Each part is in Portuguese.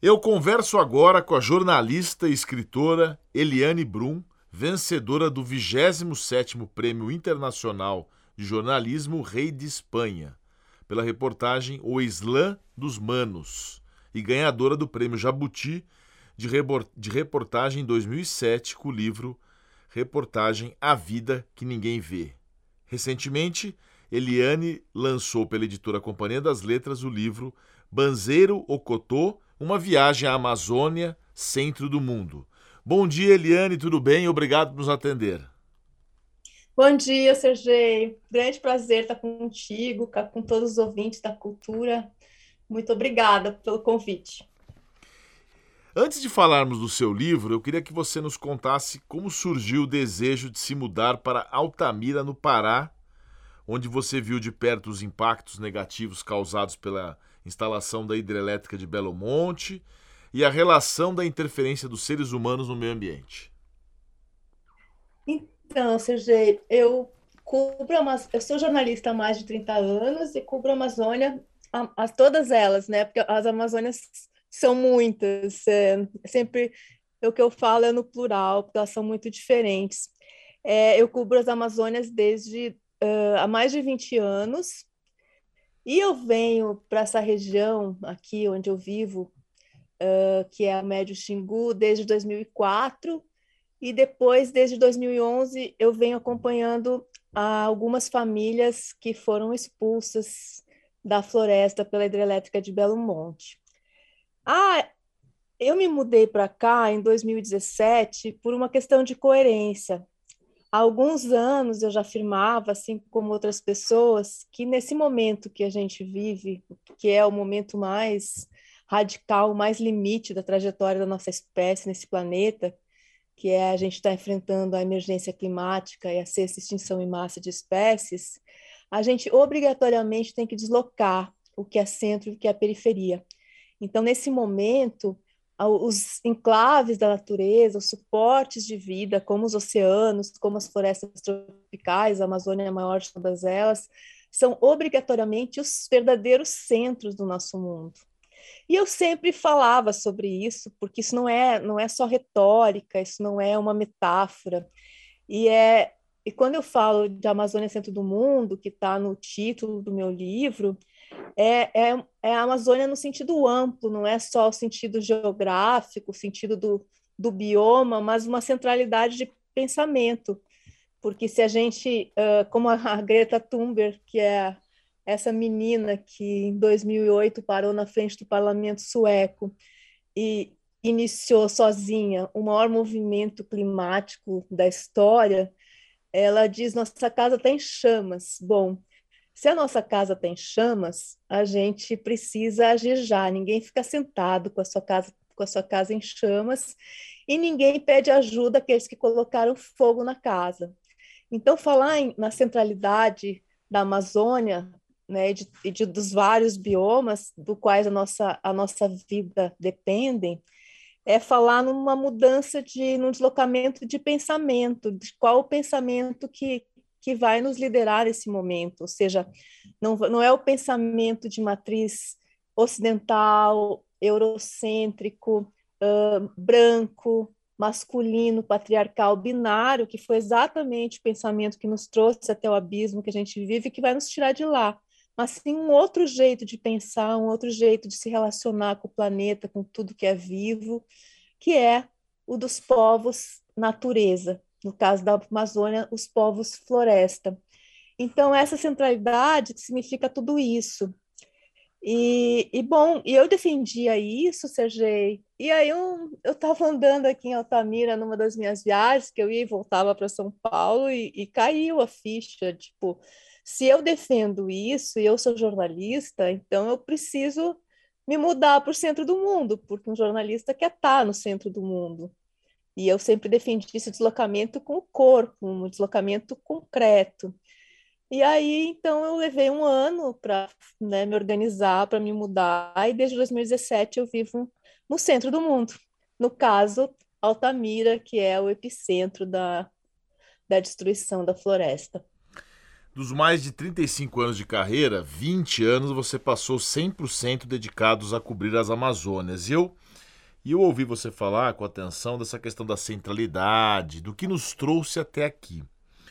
Eu converso agora com a jornalista e escritora Eliane Brum, vencedora do 27º Prêmio Internacional de Jornalismo Rei de Espanha, pela reportagem O Islã dos Manos, e ganhadora do Prêmio Jabuti de reportagem em 2007 com o livro Reportagem A Vida que Ninguém Vê. Recentemente, Eliane lançou pela editora Companhia das Letras o livro Banzeiro Ocotô, uma viagem à Amazônia, centro do mundo. Bom dia, Eliane, tudo bem? Obrigado por nos atender. Bom dia, Sergei. Grande prazer estar contigo, com todos os ouvintes da cultura. Muito obrigada pelo convite. Antes de falarmos do seu livro, eu queria que você nos contasse como surgiu o desejo de se mudar para Altamira, no Pará, onde você viu de perto os impactos negativos causados pela instalação da hidrelétrica de Belo Monte e a relação da interferência dos seres humanos no meio ambiente. Então, Sergei, eu sou jornalista há mais de 30 anos e cubro a Amazônia, todas elas, né? Porque as Amazônias são muitas. Sempre o que eu falo é no plural, porque elas são muito diferentes. Eu cubro as Amazônias desde há mais de 20 anos. E eu venho para essa região aqui onde eu vivo, que é a Médio Xingu, desde 2004, e depois, desde 2011, eu venho acompanhando algumas famílias que foram expulsas da floresta pela hidrelétrica de Belo Monte. Ah, eu me mudei para cá em 2017 por uma questão de coerência. Há alguns anos eu já afirmava, assim como outras pessoas, que nesse momento que a gente vive, que é o momento mais radical, mais limite da trajetória da nossa espécie nesse planeta, que é a gente está enfrentando a emergência climática e a sexta extinção em massa de espécies, a gente obrigatoriamente tem que deslocar o que é centro e o que é periferia. Então, nesse momento, os enclaves da natureza, os suportes de vida, como os oceanos, como as florestas tropicais, a Amazônia é a maior de todas elas, são obrigatoriamente os verdadeiros centros do nosso mundo. E eu sempre falava sobre isso, porque isso não é só retórica, isso não é uma metáfora. E quando eu falo de Amazônia Centro do Mundo, que está no título do meu livro, é a Amazônia no sentido amplo, não é só o sentido geográfico, o sentido do bioma, mas uma centralidade de pensamento. Porque se a gente, como a Greta Thunberg, que é essa menina que em 2008 parou na frente do parlamento sueco e iniciou sozinha o maior movimento climático da história, ela diz: nossa casa está em chamas. Bom, se a nossa casa tem chamas, a gente precisa agir já. Ninguém fica sentado com a sua casa em chamas e ninguém pede ajuda àqueles que colocaram fogo na casa. Então, na centralidade da Amazônia, né, dos vários biomas do quais a nossa vida dependem, é falar numa mudança num deslocamento de pensamento, de qual o pensamento que vai nos liderar nesse momento, ou seja, não é o pensamento de matriz ocidental, eurocêntrico, branco, masculino, patriarcal, binário, que foi exatamente o pensamento que nos trouxe até o abismo que a gente vive e que vai nos tirar de lá. Mas sim um outro jeito de pensar, um outro jeito de se relacionar com o planeta, com tudo que é vivo, que é o dos povos natureza. No caso da Amazônia, os povos floresta. Então, essa centralidade significa tudo isso. Bom, eu defendia isso, Sergei. E aí eu estava andando aqui em Altamira numa das minhas viagens, que eu ia e voltava para São Paulo, e caiu a ficha, tipo, se eu defendo isso e eu sou jornalista, então eu preciso me mudar para o centro do mundo, porque um jornalista quer estar no centro do mundo. E eu sempre defendi esse deslocamento com o corpo, um deslocamento concreto. E aí, então, eu levei um ano para, né, me organizar, para me mudar, e desde 2017 eu vivo no centro do mundo. No caso, Altamira, que é o epicentro da destruição da floresta. Dos mais de 35 anos de carreira, 20 anos você passou 100% dedicados a cobrir as Amazônias. E eu ouvi você falar com atenção dessa questão da centralidade, do que nos trouxe até aqui.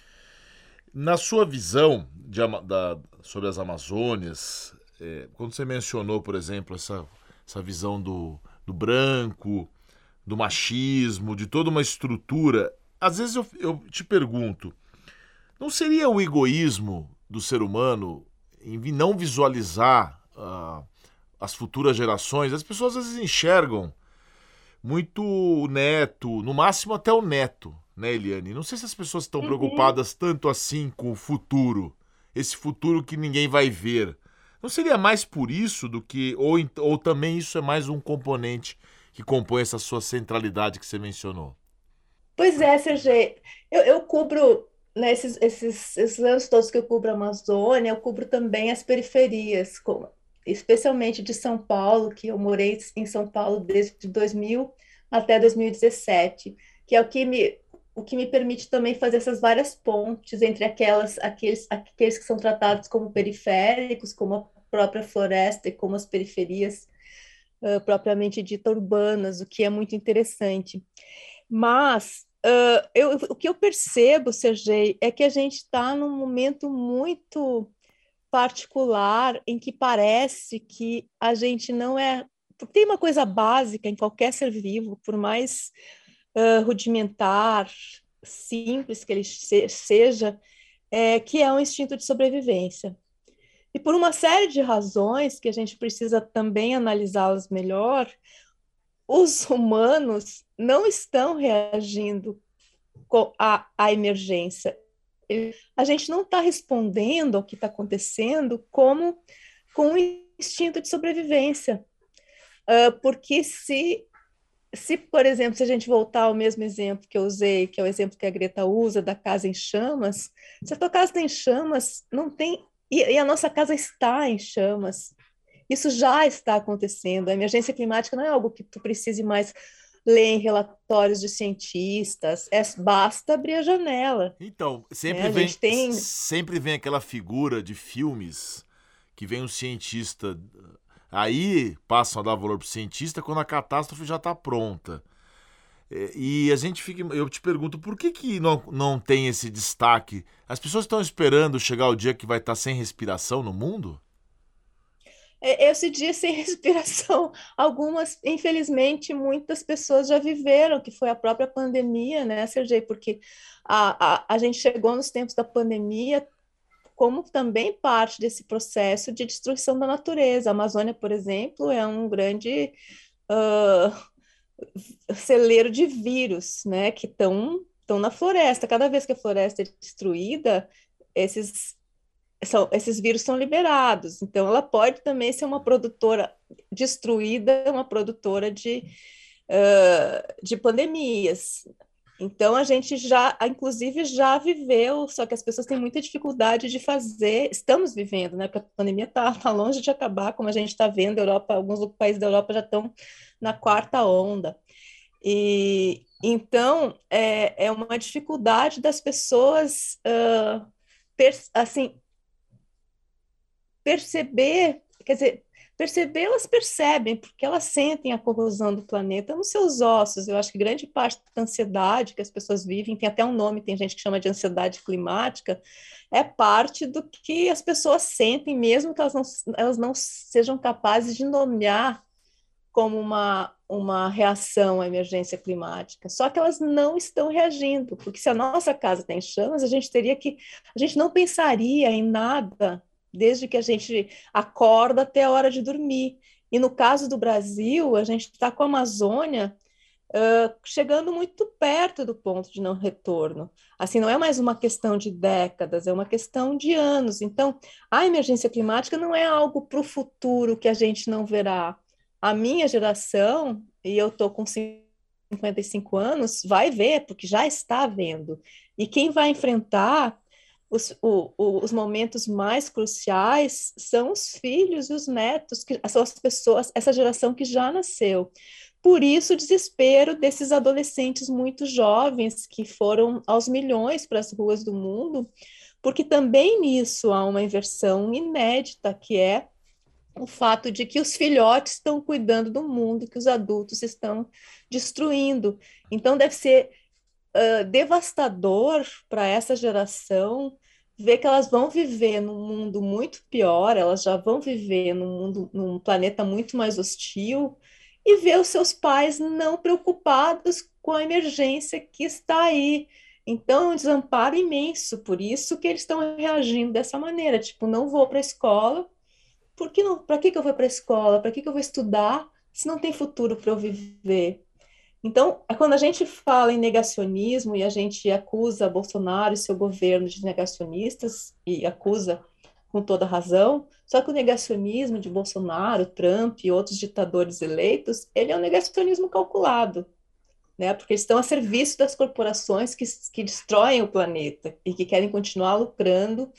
Na sua visão sobre as Amazônias, quando você mencionou, por exemplo, essa visão do branco, do machismo, de toda uma estrutura, às vezes eu te pergunto, não seria o egoísmo do ser humano em não visualizar as futuras gerações? As pessoas às vezes enxergam muito o neto, no máximo até o neto, né, Eliane? Não sei se as pessoas estão Uhum. preocupadas tanto assim com o futuro, esse futuro que ninguém vai ver. Não seria mais por isso do que, ou também isso é mais um componente que compõe essa sua centralidade que você mencionou? Pois é, Sergei, eu cubro, né, esses anos todos que eu cubro a Amazônia, eu cubro também as periferias, especialmente de São Paulo, que eu morei em São Paulo desde 2000 até 2017, que é o que me permite também fazer essas várias pontes entre aqueles que são tratados como periféricos, como a própria floresta e como as periferias, propriamente dita urbanas, o que é muito interessante. Mas o que eu percebo, Sergei, é que a gente está num momento muito particular em que parece que a gente não é. Porque tem uma coisa básica em qualquer ser vivo, por mais rudimentar, simples que ele seja, que é um instinto de sobrevivência. E por uma série de razões que a gente precisa também analisá-las melhor, os humanos não estão reagindo à emergência. A gente não está respondendo ao que está acontecendo como com um instinto de sobrevivência. Porque por exemplo, se a gente voltar ao mesmo exemplo que eu usei, que é o exemplo que a Greta usa, da casa em chamas, se a tua casa está em chamas, não tem. E a nossa casa está em chamas. Isso já está acontecendo. A emergência climática não é algo que tu precise mais ler em relatórios de cientistas. Basta abrir a janela, Então, né? A gente tem. sempre vem aquela figura de filmes que vem um cientista, aí passam a dar valor pro cientista quando a catástrofe já está pronta. E a gente fica, eu te pergunto, por que não tem esse destaque? As pessoas estão esperando chegar o dia que vai estar sem respiração no mundo? Esse dia sem respiração, algumas, infelizmente, muitas pessoas já viveram, que foi a própria pandemia, né, Sergei? Porque a gente chegou nos tempos da pandemia como também parte desse processo de destruição da natureza. A Amazônia, por exemplo, é um grande celeiro de vírus, né, que estão na floresta. Cada vez que a floresta é destruída, esses esses vírus são liberados. Então, ela pode também ser uma produtora destruída, uma produtora de pandemias. Então, a gente já, inclusive, já viveu, só que as pessoas têm muita dificuldade de fazer. Estamos vivendo, né? Porque a pandemia está longe de acabar, como a gente está vendo, a Europa, alguns países da Europa já estão na quarta onda. E então é uma dificuldade das pessoas assim perceber, quer dizer, perceber, elas percebem, porque elas sentem a corrosão do planeta nos seus ossos. Eu acho que grande parte da ansiedade que as pessoas vivem, tem até um nome, tem gente que chama de ansiedade climática, é parte do que as pessoas sentem, mesmo que elas não sejam capazes de nomear como uma reação à emergência climática. Só que elas não estão reagindo, porque se a nossa casa tem chamas, a gente não pensaria em nada desde que a gente acorda até a hora de dormir. E no caso do Brasil, a gente está com a Amazônia chegando muito perto do ponto de não retorno. Assim, não é mais uma questão de décadas, é uma questão de anos. Então, a emergência climática não é algo para o futuro que a gente não verá. A minha geração, e eu estou com 55 anos, vai ver, porque já está vendo. E quem vai enfrentar os momentos mais cruciais são os filhos e os netos, que são as pessoas, essa geração que já nasceu. Por isso, o desespero desses adolescentes muito jovens que foram aos milhões para as ruas do mundo, porque também nisso há uma inversão inédita, que é o fato de que os filhotes estão cuidando do mundo que os adultos estão destruindo. Então, deve ser devastador para essa geração ver que elas vão viver num mundo muito pior, elas já vão viver num planeta muito mais hostil, e ver os seus pais não preocupados com a emergência que está aí. Então, é um desamparo imenso, por isso que eles estão reagindo dessa maneira, tipo, não vou para a escola, porque não, para que que eu vou para a escola? Para que que eu vou estudar se não tem futuro para eu viver? Então, quando a gente fala em negacionismo e a gente acusa Bolsonaro e seu governo de negacionistas, e acusa com toda razão, só que o negacionismo de Bolsonaro, Trump e outros ditadores eleitos, ele é um negacionismo calculado, né? Porque eles estão a serviço das corporações que destroem o planeta e que querem continuar lucrando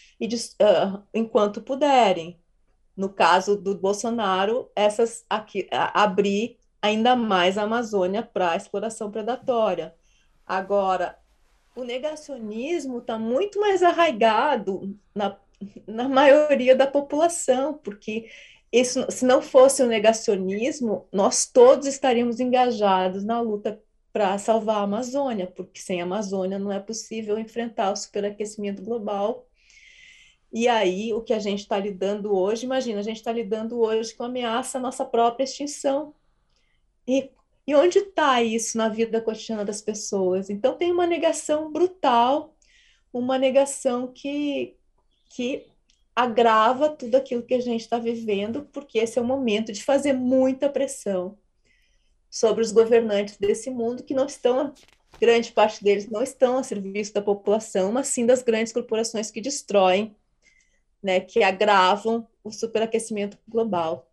enquanto puderem. No caso do Bolsonaro, essas aqui, abrir ainda mais a Amazônia para exploração predatória. Agora, o negacionismo está muito mais arraigado na maioria da população, porque isso, se não fosse o negacionismo, nós todos estaríamos engajados na luta para salvar a Amazônia, porque sem a Amazônia não é possível enfrentar o superaquecimento global. E aí, o que a gente está lidando hoje, imagina, a gente está lidando hoje com a ameaça à nossa própria extinção. E, e onde está isso na vida cotidiana das pessoas? Então, tem uma negação brutal, uma negação que agrava tudo aquilo que a gente está vivendo, porque esse é o momento de fazer muita pressão sobre os governantes desse mundo, que não estão, grande parte deles não estão a serviço da população, mas sim das grandes corporações que destroem, né, que agravam o superaquecimento global.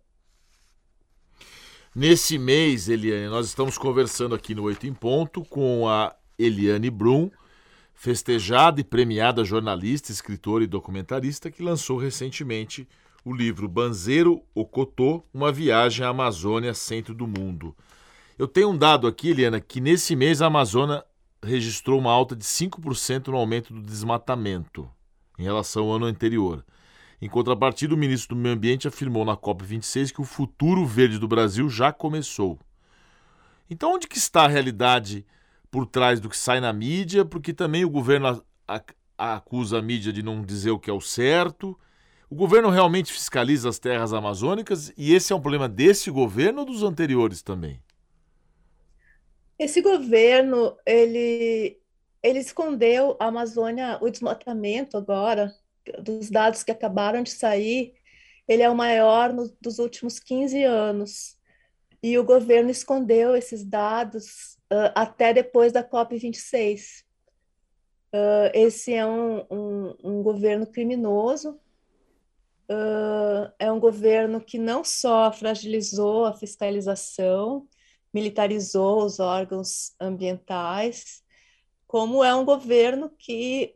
Nesse mês, Eliane, nós estamos conversando aqui no Oito em Ponto com a Eliane Brum, festejada e premiada jornalista, escritora e documentarista, que lançou recentemente o livro Banzeiro Ocotô, uma viagem à Amazônia, centro do mundo. Eu tenho um dado aqui, Eliana, que nesse mês a Amazônia registrou uma alta de 5% no aumento do desmatamento em relação ao ano anterior. Em contrapartida, o ministro do Meio Ambiente afirmou na COP26 que o futuro verde do Brasil já começou. Então, onde que está a realidade por trás do que sai na mídia? Porque também o governo acusa a mídia de não dizer o que é o certo. O governo realmente fiscaliza as terras amazônicas e esse é um problema desse governo ou dos anteriores também? Esse governo, ele escondeu a Amazônia, o desmatamento agora, dos dados que acabaram de sair, ele é o maior dos últimos 15 anos. E o governo escondeu esses dados até depois da COP26. Esse é um governo criminoso, é um governo que não só fragilizou a fiscalização, militarizou os órgãos ambientais, como é um governo que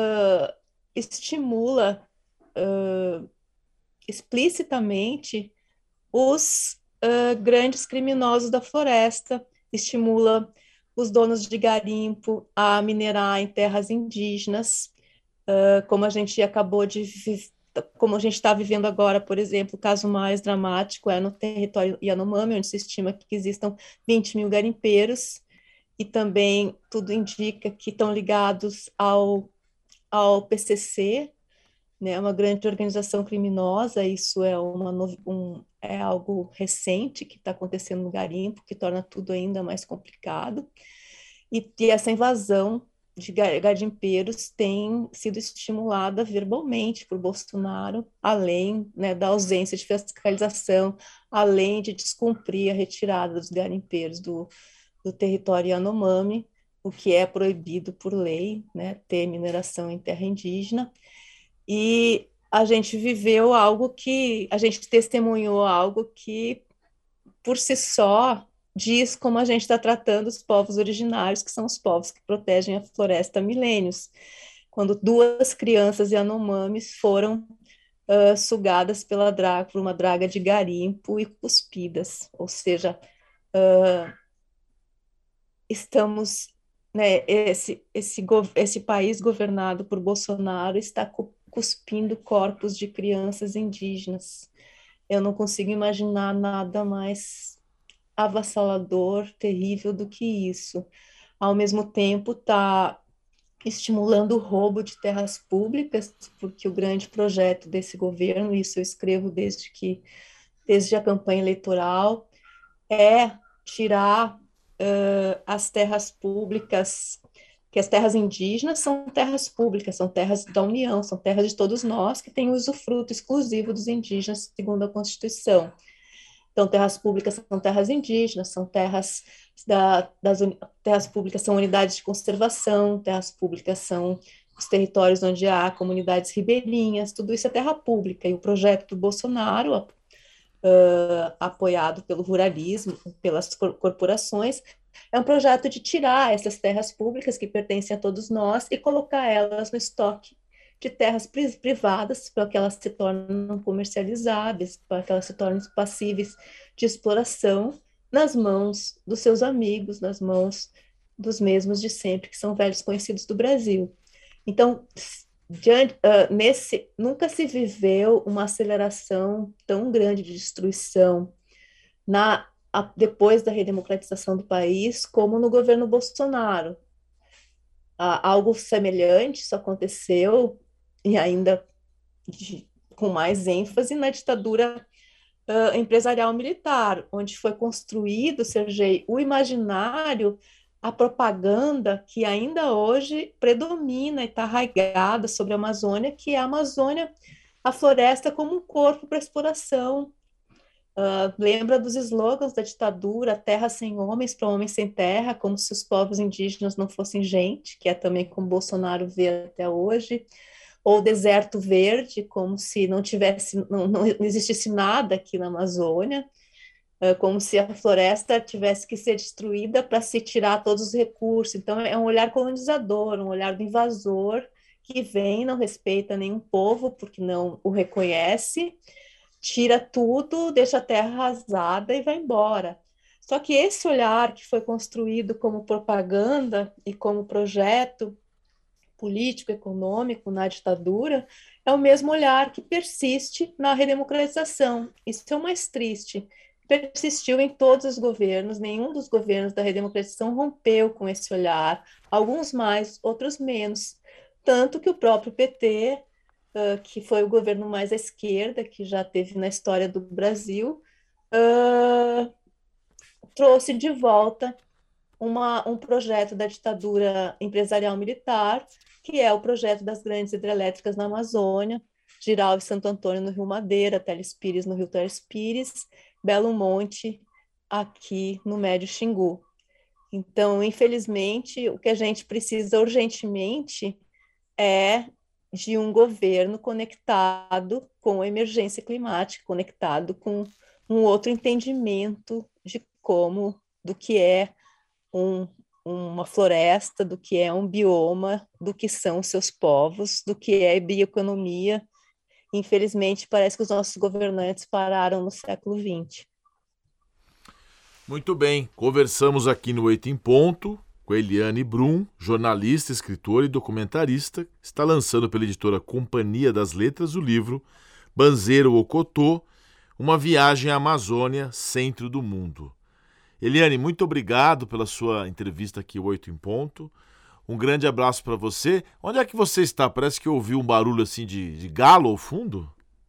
estimula explicitamente os grandes criminosos da floresta, estimula os donos de garimpo a minerar em terras indígenas, como a gente acabou de como a gente está vivendo agora, por exemplo, o caso mais dramático é no território Yanomami, onde se estima que existam 20 mil garimpeiros, e também tudo indica que estão ligados ao PCC, né, uma grande organização criminosa. Isso é, é algo recente que está acontecendo no garimpo, que torna tudo ainda mais complicado. E essa invasão de garimpeiros tem sido estimulada verbalmente por Bolsonaro, além, né, da ausência de fiscalização, além de descumprir a retirada dos garimpeiros do território Yanomami, o que é proibido por lei, né, ter mineração em terra indígena. E a gente viveu algo que, a gente testemunhou algo que, por si só, diz como a gente está tratando os povos originários, que são os povos que protegem a floresta há milênios. Quando duas crianças Yanomamis foram sugadas por uma draga de garimpo e cuspidas, ou seja, estamos né, esse país governado por Bolsonaro está cuspindo corpos de crianças indígenas. Eu não consigo imaginar nada mais avassalador, terrível do que isso. Ao mesmo tempo, está estimulando o roubo de terras públicas, porque o grande projeto desse governo, isso eu escrevo desde a campanha eleitoral, é tirar as terras públicas, que as terras indígenas são terras públicas, são terras da União, são terras de todos nós que têm usufruto exclusivo dos indígenas, segundo a Constituição. Então, terras públicas são terras indígenas, são terras públicas são unidades de conservação, terras públicas são os territórios onde há comunidades ribeirinhas, tudo isso é terra pública. E o projeto do Bolsonaro, apoiado pelo ruralismo, pelas corporações, é um projeto de tirar essas terras públicas que pertencem a todos nós e colocar elas no estoque de terras privadas para que elas se tornem comercializáveis, para que elas se tornem passíveis de exploração nas mãos dos seus amigos, nas mãos dos mesmos de sempre, que são velhos conhecidos do Brasil. Então, nunca se viveu uma aceleração tão grande de destruição depois da redemocratização do país, como no governo Bolsonaro. Algo semelhante, isso aconteceu, e ainda com mais ênfase, na ditadura empresarial militar, onde foi construído, Sergei, o imaginário, a propaganda que ainda hoje predomina e está arraigada sobre a Amazônia, que é a Amazônia, a floresta como um corpo para exploração. Lembra dos slogans da ditadura, terra sem homens para homens sem terra, como se os povos indígenas não fossem gente, que é também como Bolsonaro vê até hoje, ou deserto verde, como se não existisse nada aqui na Amazônia, como se a floresta tivesse que ser destruída para se tirar todos os recursos. Então é um olhar colonizador, um olhar do invasor que vem, não respeita nenhum povo porque não o reconhece, tira tudo, deixa a terra arrasada e vai embora. Só que esse olhar que foi construído como propaganda e como projeto político, econômico na ditadura, é o mesmo olhar que persiste na redemocratização. Isso é o mais triste. Persistiu em todos os governos, nenhum dos governos da redemocratização rompeu com esse olhar, alguns mais, outros menos. Tanto que o próprio PT, que foi o governo mais à esquerda que já teve na história do Brasil, trouxe de volta um projeto da ditadura empresarial militar, que é o projeto das grandes hidrelétricas na Amazônia, Girau e Santo Antônio no Rio Madeira, Teles Pires no Rio Teles Pires, Belo Monte aqui no Médio Xingu. Então, infelizmente, o que a gente precisa urgentemente é de um governo conectado com a emergência climática, conectado com um outro entendimento do que é uma floresta, do que é um bioma, do que são seus povos, do que é bioeconomia. Infelizmente, parece que os nossos governantes pararam no século XX. Muito bem, conversamos aqui no Oito em Ponto com a Eliane Brum, jornalista, escritora e documentarista. Está lançando pela editora Companhia das Letras o livro Banzeiro Ocotô, uma viagem à Amazônia, centro do mundo. Eliane, muito obrigado pela sua entrevista aqui, Oito em Ponto. Um grande abraço para você. Onde é que você está? Parece que eu ouvi um barulho assim de galo ao fundo.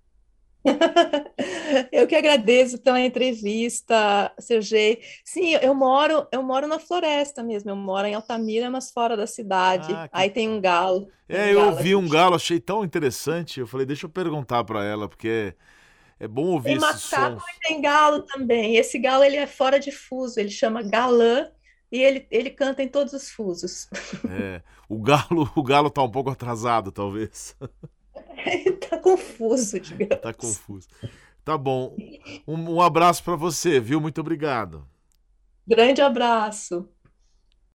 Eu que agradeço pela entrevista, Sergei. Sim, eu moro na floresta mesmo. Eu moro em Altamira, mas fora da cidade. Ah, que... Aí tem um galo. Tem um Eu galo ouvi um aqui. galo, achei tão interessante. Eu falei, deixa eu perguntar para ela, porque é bom ouvir Tem esses macaco sons. e tem galo também. Esse galo ele é fora de fuso. Ele chama galã e ele canta em todos os fusos. O galo tá um pouco atrasado, talvez. Ele tá confuso, Tá digamos. confuso. Tá bom. Um abraço para você, viu? Muito obrigado. Grande abraço.